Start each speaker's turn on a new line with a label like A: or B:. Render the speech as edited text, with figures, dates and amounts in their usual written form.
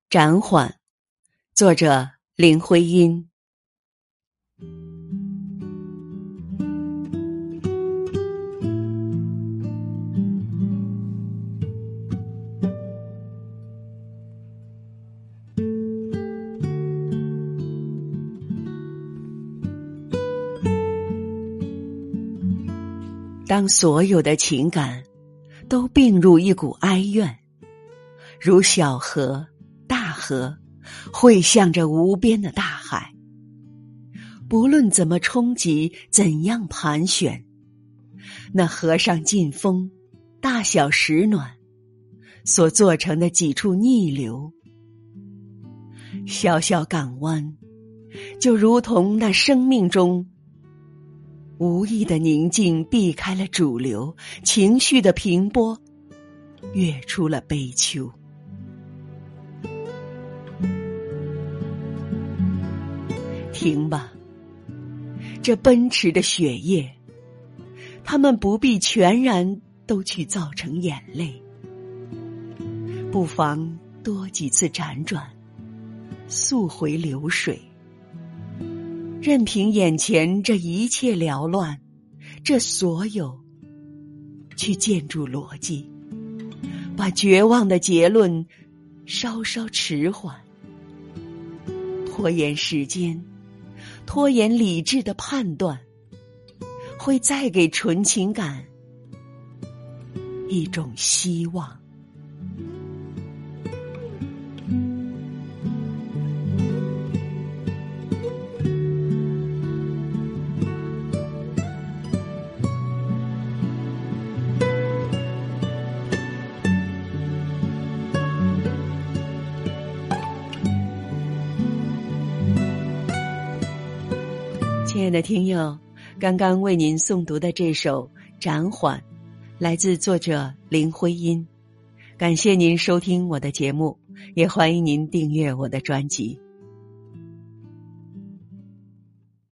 A: 暂缓，作者林徽因。当所有的情感都并入一股哀怨，如小河大河汇向着无边的大海，不论怎么冲击，怎样盘旋，那河上劲风，大小石暖所做成的几处逆流，小小港湾就如同那生命中无意的宁静，避开了主流，情绪的平波跃出了悲秋。停吧，这奔驰的血液，他们不必全然都去造成眼泪，不妨多几次辗转，溯回流水，任凭眼前这一切缭乱，这所有去建筑逻辑，把绝望的结论稍稍迟缓，拖延时间，拖延理智的判断，会再给纯情感一种希望。亲爱的听友，刚刚为您诵读的这首《暂缓》来自作者林徽因。感谢您收听我的节目，也欢迎您订阅我的专辑。